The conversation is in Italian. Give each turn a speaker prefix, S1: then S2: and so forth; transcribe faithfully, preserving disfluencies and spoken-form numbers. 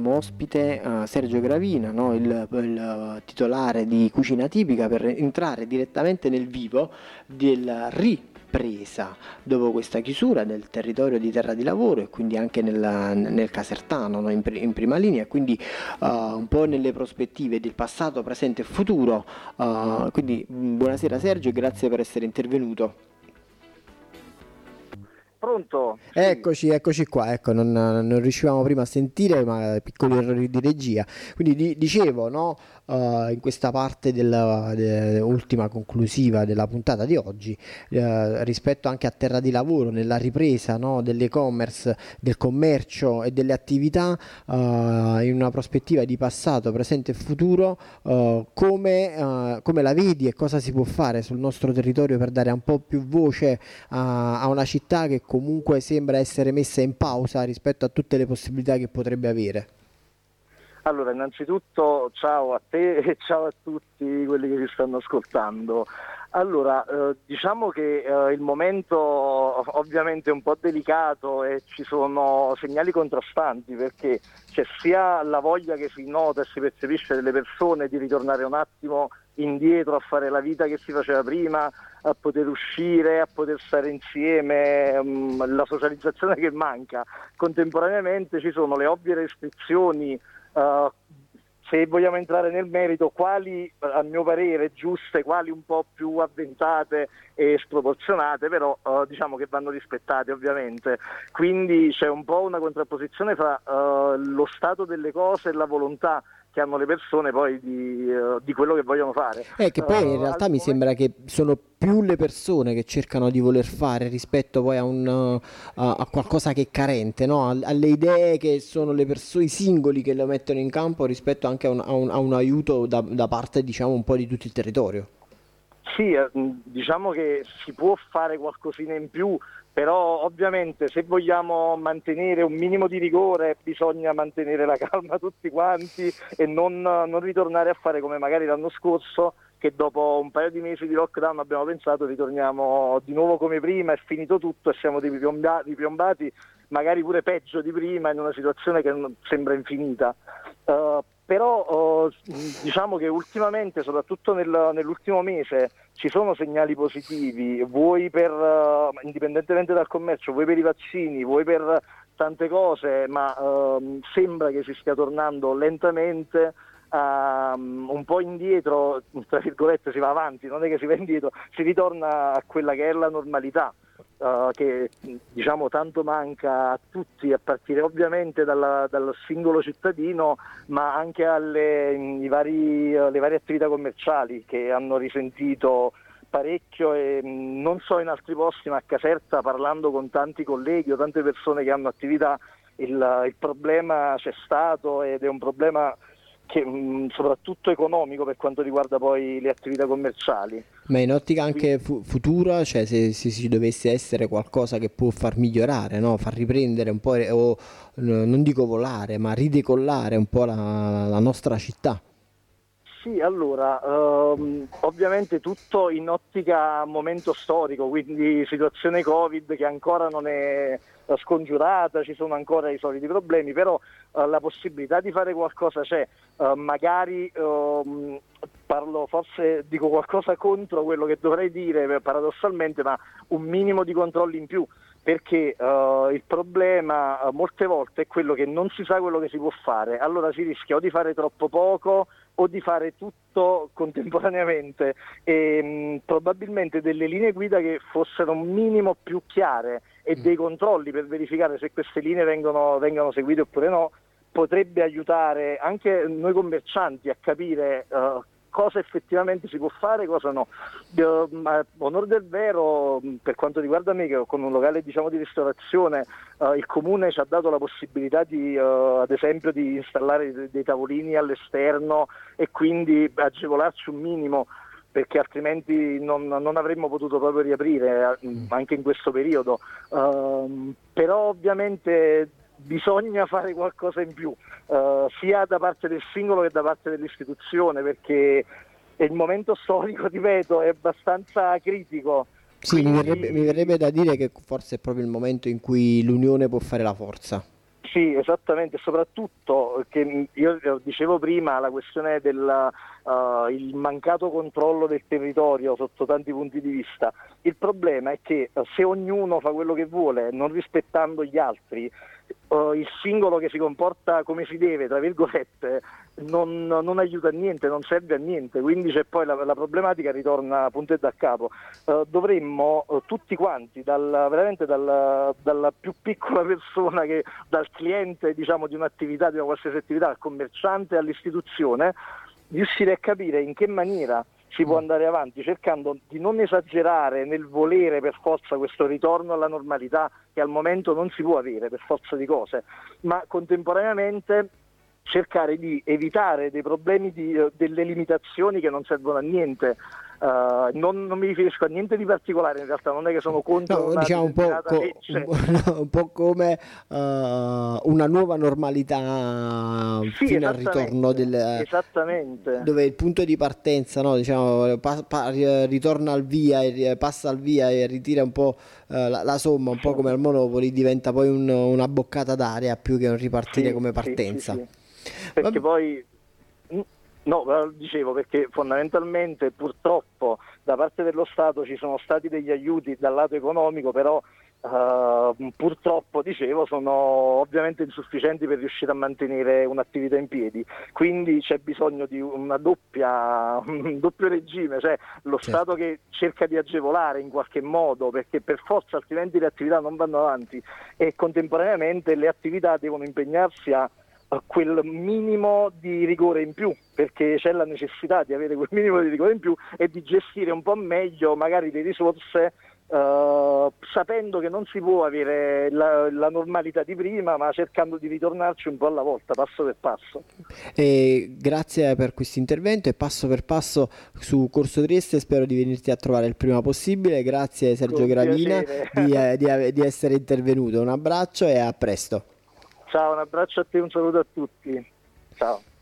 S1: avremo ospite uh, Sergio Gravina, no? il, il titolare di Cucina Tipica, per entrare direttamente nel vivo della ripresa dopo questa chiusura del territorio di Terra di Lavoro e quindi anche nel, nel Casertano, no? in, in prima linea, quindi uh, un po' nelle prospettive del passato, presente e futuro. Uh, quindi buonasera Sergio e grazie per essere intervenuto.
S2: Pronto? Sì.
S1: Eccoci, eccoci qua, ecco, non, non riuscivamo prima a sentire, ma piccoli errori di regia. Quindi di, dicevo, no, uh, in questa parte della de, ultima conclusiva della puntata di oggi, uh, rispetto anche a Terra di Lavoro, nella ripresa, no, dell'e-commerce, del commercio e delle attività, uh, in una prospettiva di passato, presente e futuro, uh, come, uh, come la vedi e cosa si può fare sul nostro territorio per dare un po' più voce a, a una città che comunque sembra essere messa in pausa rispetto a tutte le possibilità che potrebbe avere.
S2: Allora, innanzitutto ciao a te e ciao a tutti quelli che ci stanno ascoltando. Allora, eh, diciamo che eh, il momento ovviamente è un po' delicato e ci sono segnali contrastanti, perché c'è sia la voglia che si nota e si percepisce delle persone di ritornare un attimo indietro a fare la vita che si faceva prima, a poter uscire, a poter stare insieme, um, la socializzazione che manca. Contemporaneamente ci sono le ovvie restrizioni, uh, se vogliamo entrare nel merito, quali a mio parere giuste, quali un po' più avventate e sproporzionate, però uh, diciamo che vanno rispettate ovviamente. Quindi c'è un po' una contrapposizione fra uh, lo stato delle cose e la volontà che hanno le persone poi di, uh, di quello che vogliono fare.
S1: Eh, che poi in realtà uh, mi momento... sembra che sono più le persone che cercano di voler fare rispetto poi a, un, uh, a qualcosa che è carente, no? Alle idee che sono le persone, i singoli che lo mettono in campo rispetto anche a un, a un, a un aiuto da, da parte, diciamo, un po' di tutto il territorio.
S2: Sì, diciamo che si può fare qualcosina in più, però ovviamente se vogliamo mantenere un minimo di rigore bisogna mantenere la calma tutti quanti e non, non ritornare a fare come magari l'anno scorso, che dopo un paio di mesi di lockdown abbiamo pensato ritorniamo di nuovo come prima, è finito tutto e siamo ripiombati magari pure peggio di prima in una situazione che sembra infinita. Uh, però uh, diciamo che ultimamente, soprattutto nel, nell'ultimo mese, ci sono segnali positivi, vuoi per uh, indipendentemente dal commercio, vuoi per i vaccini, vuoi per tante cose, ma uh, sembra che si stia tornando lentamente uh, un po' indietro, tra virgolette si va avanti, non è che si va indietro, si ritorna a quella che è la normalità. Uh, che diciamo tanto manca a tutti, a partire ovviamente dalla, dal singolo cittadino, ma anche alle i vari, le varie attività commerciali che hanno risentito parecchio, e non so in altri posti, ma a Caserta, parlando con tanti colleghi o tante persone che hanno attività, il, il problema c'è stato ed è un problema che mh, soprattutto economico per quanto riguarda poi le attività commerciali.
S1: Ma in ottica anche fu- futura, cioè se, se si dovesse essere qualcosa che può far migliorare, no? Far riprendere un po', o non dico volare, ma ridecollare un po' la, la nostra città.
S2: Sì, allora, ehm, ovviamente tutto in ottica momento storico, quindi situazione Covid che ancora non è scongiurata, ci sono ancora i soliti problemi, però eh, la possibilità di fare qualcosa c'è, eh, magari ehm, parlo, forse dico qualcosa contro quello che dovrei dire paradossalmente, ma un minimo di controlli in più, perché uh, il problema uh, molte volte è quello che non si sa quello che si può fare, allora si rischia o di fare troppo poco o di fare tutto contemporaneamente, e mh, probabilmente delle linee guida che fossero un minimo più chiare e dei controlli per verificare se queste linee vengono, vengono seguite oppure no, potrebbe aiutare anche noi commercianti a capire uh, cosa effettivamente si può fare, cosa no. Uh, ma onor del vero, per quanto riguarda me, che con un locale diciamo di ristorazione, uh, il comune ci ha dato la possibilità di, uh, ad esempio, di installare dei, dei tavolini all'esterno e quindi agevolarci un minimo, perché altrimenti non, non avremmo potuto proprio riaprire uh, anche in questo periodo. Uh, però ovviamente bisogna fare qualcosa in più, uh, sia da parte del singolo che da parte dell'istituzione, perché il momento storico, ripeto, è abbastanza critico.
S1: Sì,
S2: Quindi...
S1: mi verrebbe, mi verrebbe da dire che forse è proprio il momento in cui l'unione può fare la forza.
S2: Sì, esattamente, soprattutto che io dicevo prima la questione del uh, il mancato controllo del territorio sotto tanti punti di vista. Il problema è che uh, se ognuno fa quello che vuole, non rispettando gli altri, uh, il singolo che si comporta come si deve, tra virgolette, non, non aiuta a niente, non serve a niente, quindi c'è poi la, la problematica ritorna punto e da capo. Uh, dovremmo uh, tutti quanti, dal, veramente dal, dalla più piccola persona che dal cliente, diciamo, di un'attività, di una qualsiasi attività, al commerciante, all'istituzione, riuscire a capire in che maniera si può andare avanti, cercando di non esagerare nel volere per forza questo ritorno alla normalità che al momento non si può avere per forza di cose, ma contemporaneamente cercare di evitare dei problemi, di, delle limitazioni che non servono a niente. Uh, non, non mi riferisco a niente di particolare, in realtà non è che sono contro,
S1: no, diciamo un po', co- un, po', no, un po' come uh, una nuova normalità
S2: sì,
S1: fino al ritorno del,
S2: esattamente.
S1: Dove il punto di partenza, no, diciamo, pa- pa- ritorna al via, e passa al via e ritira un po' uh, la, la somma, un po' come al Monopoli, diventa poi un, una boccata d'aria più che un ripartire
S2: sì,
S1: come partenza.
S2: sì, sì, sì. Perché poi no, dicevo, perché fondamentalmente purtroppo da parte dello Stato ci sono stati degli aiuti dal lato economico, però uh, purtroppo, dicevo, sono ovviamente insufficienti per riuscire a mantenere un'attività in piedi, quindi c'è bisogno di una doppia, un doppio regime, cioè lo certo. Stato che cerca di agevolare in qualche modo, perché per forza altrimenti le attività non vanno avanti, e contemporaneamente le attività devono impegnarsi a quel minimo di rigore in più, perché c'è la necessità di avere quel minimo di rigore in più e di gestire un po' meglio magari le risorse, uh, sapendo che non si può avere la, la normalità di prima, ma cercando di ritornarci un po' alla volta, passo per passo.
S1: E grazie per questo intervento, e passo per passo su Corso Trieste spero di venirti a trovare il prima possibile. Grazie Sergio
S2: Con
S1: Gravina di, eh, di, di essere intervenuto. Un abbraccio e a presto.
S2: Ciao, un abbraccio a te, un saluto a tutti. Ciao.